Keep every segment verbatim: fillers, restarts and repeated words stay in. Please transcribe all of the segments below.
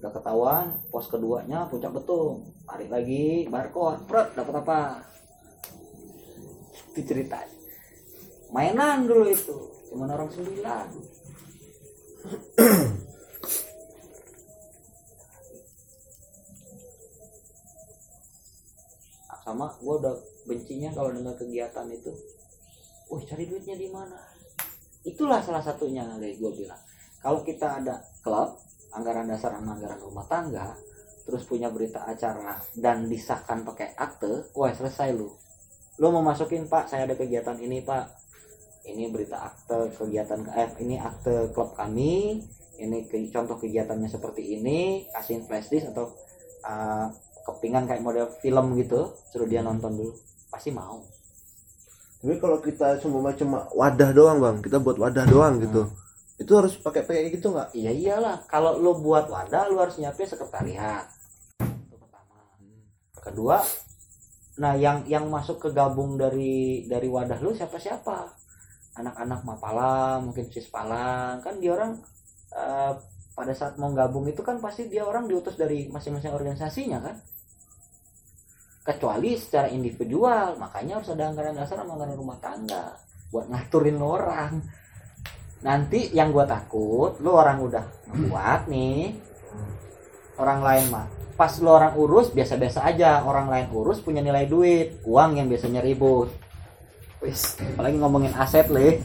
udah ketahuan pos keduanya puncak betung, tarik lagi barcode, pret dapat apa, itu cerita mainan dulu itu cuman orang sembilan. Sama gue udah bencinya kalau dengar kegiatan itu, wah cari duitnya di mana? Itulah salah satunya dari gue bilang, kalau kita ada klub anggaran dasar sama anggaran rumah tangga, terus punya berita acara dan disahkan pakai akte, wah selesai lu. Lu mau masukin, Pak, saya ada kegiatan ini, Pak. Ini berita akte kegiatan eh ini akte klub kami, ini ke, contoh kegiatannya seperti ini, kasihin flash disk atau uh, kepingan kayak model film gitu, suruh dia nonton dulu, pasti mau. Tapi kalau kita cuma cuma wadah doang bang, kita buat wadah doang gitu, hmm. itu harus pakai pakai gitu nggak? Iya iyalah, kalau lo buat wadah lo harus nyiapin sekretariat. Itu pertama. Kedua, nah yang yang masuk ke gabung dari dari wadah lo siapa siapa? Anak-anak Mapala, mungkin Sispalang, kan dia orang uh, pada saat mau gabung itu kan pasti dia orang diutus dari masing-masing organisasinya kan. Kecuali secara individual, makanya harus ada anggaran dasar sama anggaran rumah tangga buat ngaturin orang. Nanti yang gua takut, lu orang udah buat nih, orang lain mah pas lu orang urus biasa-biasa aja, orang lain urus punya nilai duit, uang yang biasanya ribut. Wis, apalagi ngomongin aset leh.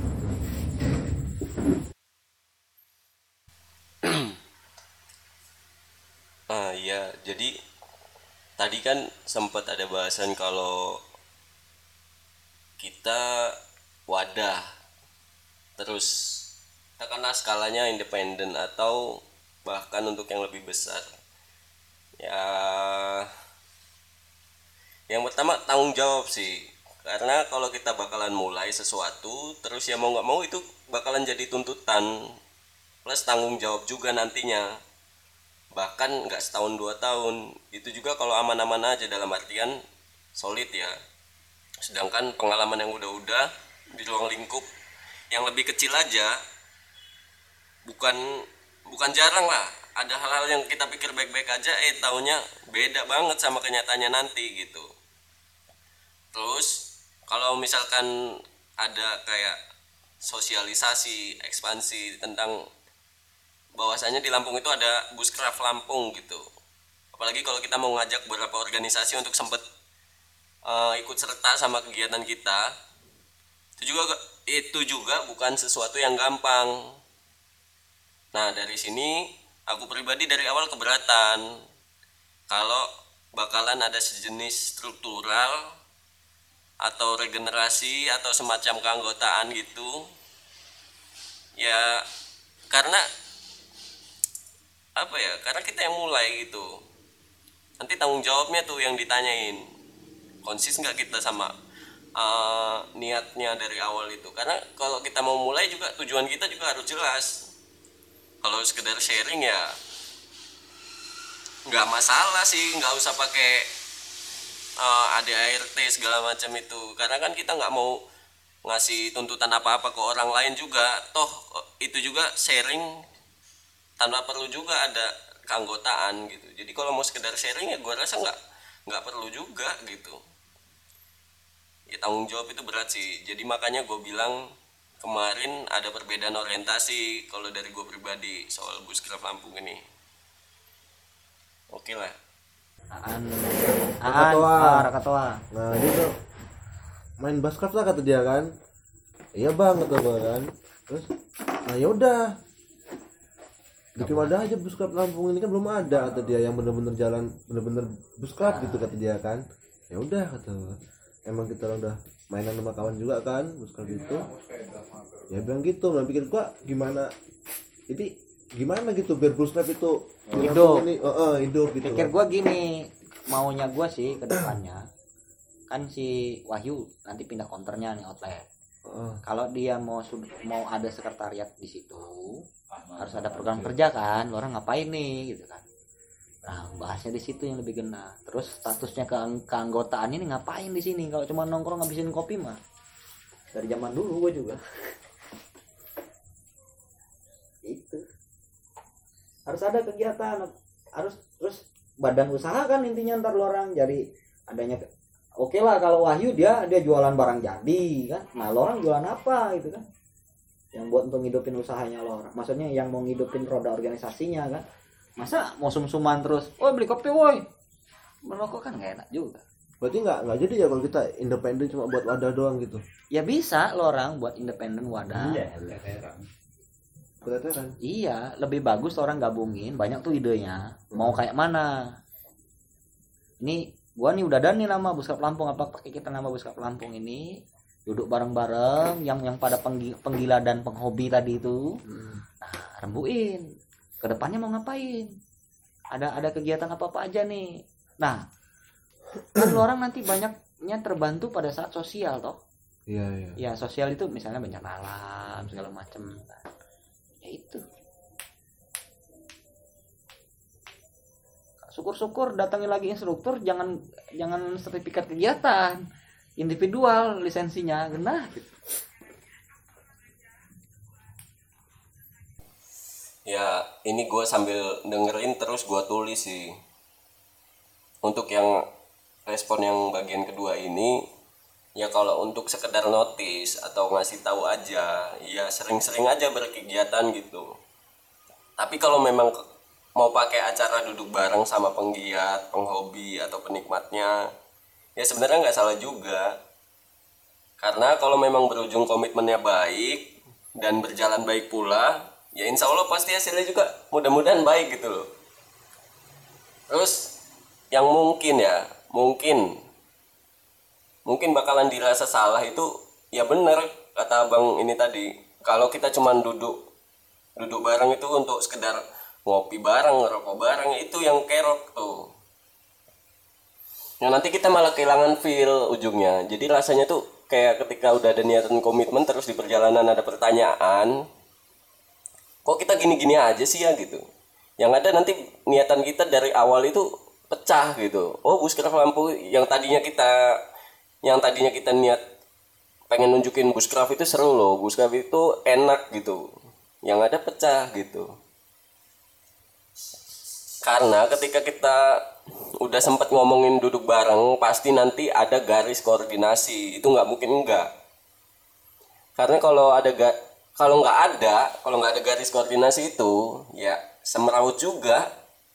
Ah iya, jadi tadi kan sempat ada bahasan kalau kita wadah, terus katakanlah skalanya independen atau bahkan untuk yang lebih besar. Ya, yang pertama tanggung jawab sih, karena kalau kita bakalan mulai sesuatu, terus ya mau nggak mau itu bakalan jadi tuntutan plus tanggung jawab juga nantinya. Bahkan nggak setahun dua tahun, itu juga kalau aman-aman aja dalam artian solid ya. Sedangkan pengalaman yang udah-udah di ruang lingkup yang lebih kecil aja, bukan bukan jarang lah ada hal-hal yang kita pikir baik-baik aja, eh taunya beda banget sama kenyataannya nanti gitu. Terus kalau misalkan ada kayak sosialisasi ekspansi tentang bahwasanya di Lampung itu ada Buskraf Lampung gitu. Apalagi kalau kita mau ngajak beberapa organisasi untuk sempet uh, ikut serta sama kegiatan kita, itu juga itu juga bukan sesuatu yang gampang. Nah dari sini aku pribadi dari awal keberatan kalau bakalan ada sejenis struktural atau regenerasi atau semacam keanggotaan gitu ya, karena apa ya, karena kita yang mulai gitu, nanti tanggung jawabnya tuh yang ditanyain, konsis nggak kita sama uh, niatnya dari awal itu. Karena kalau kita mau mulai juga tujuan kita juga harus jelas. Kalau sekedar sharing ya nggak masalah sih, nggak usah pakai uh, A D A R T segala macam itu, karena kan kita nggak mau ngasih tuntutan apa-apa ke orang lain juga, toh itu juga sharing tanpa perlu juga ada keanggotaan gitu. Jadi kalau mau sekedar sharing ya gue rasa nggak nggak perlu juga gitu. Ya tanggung jawab itu berat sih. Jadi makanya gue bilang kemarin ada perbedaan orientasi kalau dari gue pribadi soal Buskraf Lampung ini. Oke lah. Aan, Rakatoa. ah, Rakatoa. Nah gitu main basket lah kata dia kan. Iya bang kata gue kan. Terus nah yaudah bikin wadah aja Buskraf Lampung ini kan belum ada kata dia yang bener-bener jalan bener-bener Buskraf gitu kata dia kan. Ya udah kata gue, emang kita udah mainan sama kawan juga kan Buskraf itu. Ya bilang gitu, nah pikir gua gimana jadi gimana gitu biar Buskraf itu hidup ini, uh, uh, hidup gitu. Pikir gua gini, maunya gua sih ke depannya kan si Wahyu nanti pindah konternya nih outlet. Uh. Kalau dia mau mau ada sekretariat di situ, harus ada program kerja kan, lu orang ngapain nih gitu kan. Nah bahasnya di situ yang lebih kena. Terus statusnya ke keanggotaan ini ngapain di sini? Kalau cuma nongkrong ngabisin kopi mah dari zaman dulu gue juga. Itu harus ada kegiatan. harus terus badan usaha kan intinya ntar lu orang jadi adanya. Oke lah kalau Wahyu dia dia jualan barang jadi kan, nah lo orang jualan apa gitu kan, yang buat untuk ngidupin usahanya lo orang, maksudnya yang mau ngidupin roda organisasinya kan. Masa mau sum-suman terus, oh beli kopi woi, merokok kan nggak enak juga. Berarti nggak nggak jadi ya kalau kita independen cuma buat wadah doang gitu. Ya bisa lo orang buat independen wadah. Iya, leteran. Keteteran. Iya, lebih bagus orang gabungin, banyak tuh idenya. Mau kayak mana? Ini gua nih udah ada nih nama Buskap Lampung, apa pakai kita nama Buskap Lampung ini? Duduk bareng-bareng yang yang pada penggi, penggila dan penghobi tadi itu. Nah, rembuin. Kedepannya mau ngapain? Ada ada kegiatan apa-apa aja nih. Nah, kan orang nanti banyaknya terbantu pada saat sosial toh. Iya iya. Ya, sosial itu misalnya bencana alam segala macam. Ya itu. Syukur-syukur datangin lagi instruktur, jangan jangan sertifikat kegiatan individual lisensinya genah gitu. Ya ini gue sambil dengerin terus gue tulis sih. Untuk yang respon yang bagian kedua ini, ya kalau untuk sekedar notis atau ngasih tahu aja, ya sering-sering aja berkegiatan gitu. Tapi kalau memang mau pakai acara duduk bareng sama penggiat, penghobi atau penikmatnya, ya sebenarnya nggak salah juga. Karena kalau memang berujung komitmennya baik dan berjalan baik pula, ya insya Allah pasti hasilnya juga mudah-mudahan baik gitu loh. Terus yang mungkin ya, mungkin mungkin bakalan dirasa salah itu, ya bener kata abang ini tadi, kalau kita cuman duduk duduk bareng itu untuk sekedar ngopi bareng, ngerokok bareng, itu yang kerok tuh. Nah nanti kita malah kehilangan feel ujungnya. Jadi rasanya tuh kayak ketika udah ada niatan komitmen terus di perjalanan ada pertanyaan, kok kita gini-gini aja sih ya gitu. Yang ada nanti niatan kita dari awal itu pecah gitu. Oh Buskap Lampung yang tadinya kita yang tadinya kita niat pengen nunjukin Buskap itu seru loh, Buskap itu enak gitu. Yang ada pecah gitu. Karena ketika kita udah sempat ngomongin duduk bareng, pasti nanti ada garis koordinasi. Itu nggak mungkin enggak. Karena kalau ada ga, kalau nggak ada, kalau nggak ada garis koordinasi itu, ya semeraut juga.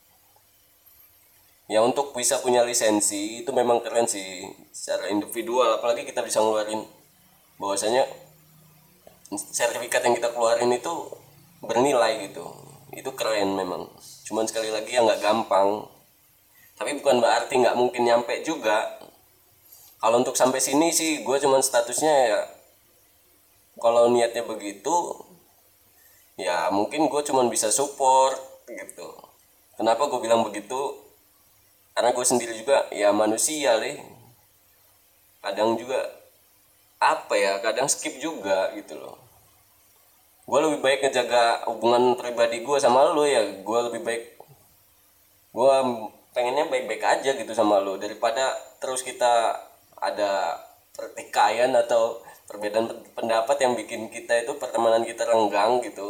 Ya untuk bisa punya lisensi itu memang keren sih secara individual. Apalagi kita bisa ngeluarin bahwasanya sertifikat yang kita keluarin itu bernilai gitu. Itu keren memang. Cuman sekali lagi ya nggak gampang. Tapi bukan berarti nggak mungkin nyampe juga. Kalau untuk sampai sini sih gue cuman statusnya ya, kalau niatnya begitu ya mungkin gue cuman bisa support gitu. Kenapa gue bilang begitu? Karena gue sendiri juga ya manusia leh. Kadang juga apa ya, kadang skip juga gitu loh. Gue lebih baik ngejaga hubungan pribadi gue sama lo ya. Gue lebih baik, gue pengennya baik-baik aja gitu sama lo, daripada terus kita ada pertikaian atau perbedaan pendapat yang bikin kita itu pertemanan kita renggang gitu.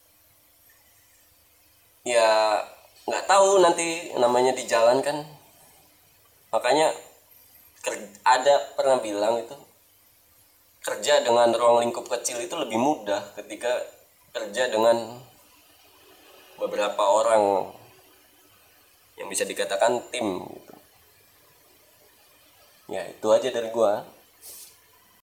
Ya nggak tahu nanti namanya di jalan kan. Makanya ada pernah bilang itu, kerja dengan ruang lingkup kecil itu lebih mudah ketika kerja dengan beberapa orang yang bisa dikatakan tim gitu. Ya itu aja dari gua.